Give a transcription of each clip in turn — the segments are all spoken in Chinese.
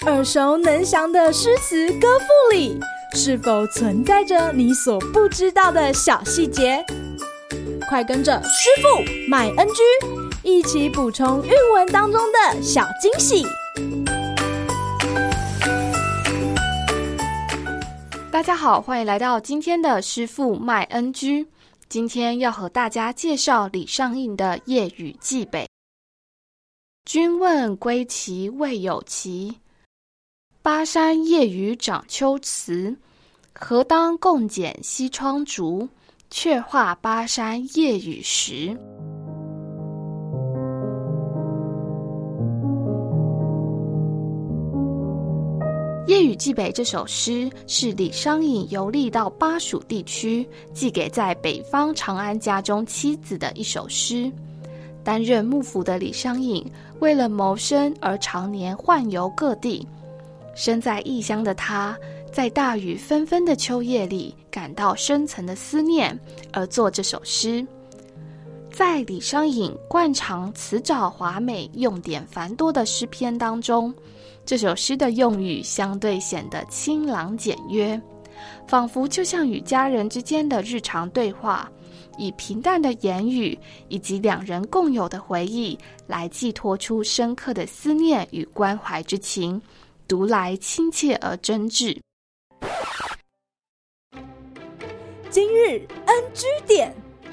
耳熟能详的诗词歌赋里，是否存在着你所不知道的小细节？快跟着师傅麦恩居一起补充韵文当中的小惊喜。 大家好，欢迎来到今天的师傅麦恩居。今天要和大家介绍李商隐的《夜雨寄北》。君问归期未有期，巴山夜雨涨秋辞。何当共剪西窗烛，却话巴山夜雨时。《夜雨寄北》这首诗是李商隐游历到巴蜀地区，寄给在北方长安家中妻子的一首诗。担任幕府的李商隐，为了谋生而常年宦游各地。身在异乡的他，在大雨纷纷的秋夜里，感到深层的思念，而作这首诗。在李商隐惯常辞藻华美、用典繁多的诗篇当中，这首诗的用语相对显得清朗简约，仿佛就像与家人之间的日常对话，以平淡的言语以及两人共有的回忆来寄托出深刻的思念与关怀之情，读来亲切而真挚。 今日 NG 点。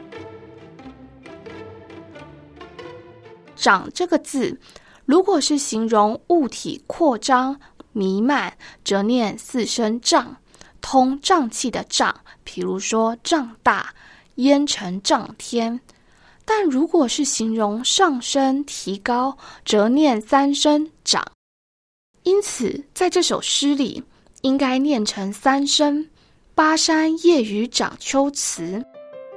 涨这个字，如果是形容物体扩张弥漫，则念四声胀，通胀气的胀，比如说胀大、烟尘涨天。但如果是形容上升提高，则念三声涨。因此在这首诗里应该念成三声巴山夜雨涨秋辞。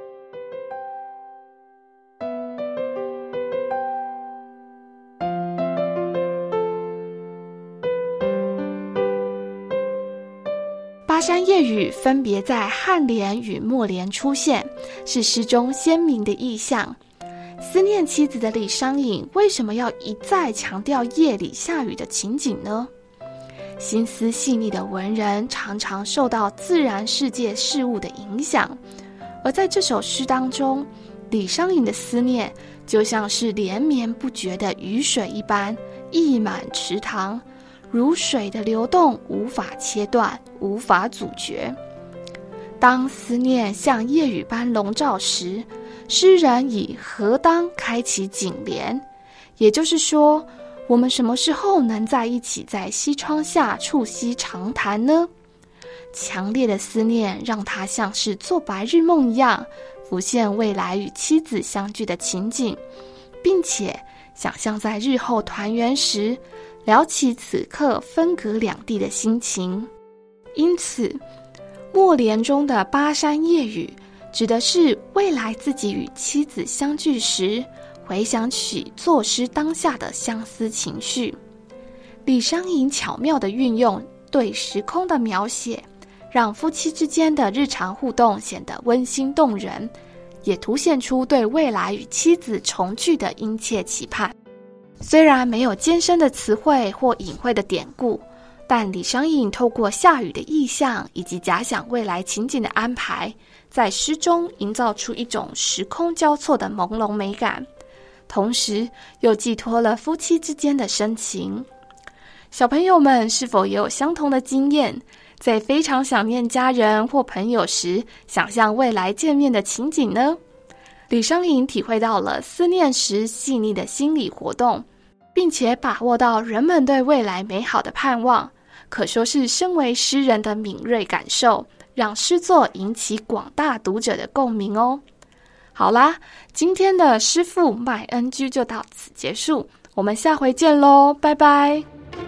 巴山夜雨分别在颔联与末联出现，是诗中鲜明的意象。思念妻子的李商隐为什么要一再强调夜里下雨的情景呢？心思细腻的文人常常受到自然世界事物的影响，而在这首诗当中，李商隐的思念就像是连绵不绝的雨水一般，溢满池塘，如水的流动，无法切断，无法阻绝。当思念像夜雨般笼罩时，诗人以何当开启颈联，也就是说，我们什么时候能在一起在西窗下促膝长谈呢？强烈的思念让他像是做白日梦一样，浮现未来与妻子相聚的情景，并且想象在日后团圆时聊起此刻分隔两地的心情。因此末联中的巴山夜雨指的是未来自己与妻子相聚时，回想起作诗当下的相思情绪。李商隐巧妙地运用对时空的描写，让夫妻之间的日常互动显得温馨动人，也凸显出对未来与妻子重聚的殷切期盼。虽然没有艰深的词汇或隐晦的典故，但李商隐透过下雨的意象以及假想未来情景的安排，在诗中营造出一种时空交错的朦胧美感，同时又寄托了夫妻之间的深情。小朋友们是否也有相同的经验，在非常想念家人或朋友时，想象未来见面的情景呢？李商隐体会到了思念时细腻的心理活动，并且把握到人们对未来美好的盼望，可说是身为诗人的敏锐感受，让诗作引起广大读者的共鸣哦。好啦，今天的师傅麦恩居就到此结束，我们下回见咯，拜拜。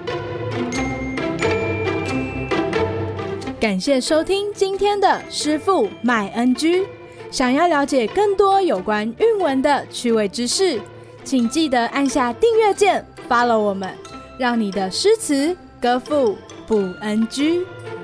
感谢收听今天的师傅麦恩居。想要了解更多有关韵文的趣味知识，请记得按下订阅键 follow 我们，让你的诗词歌赋不 NG。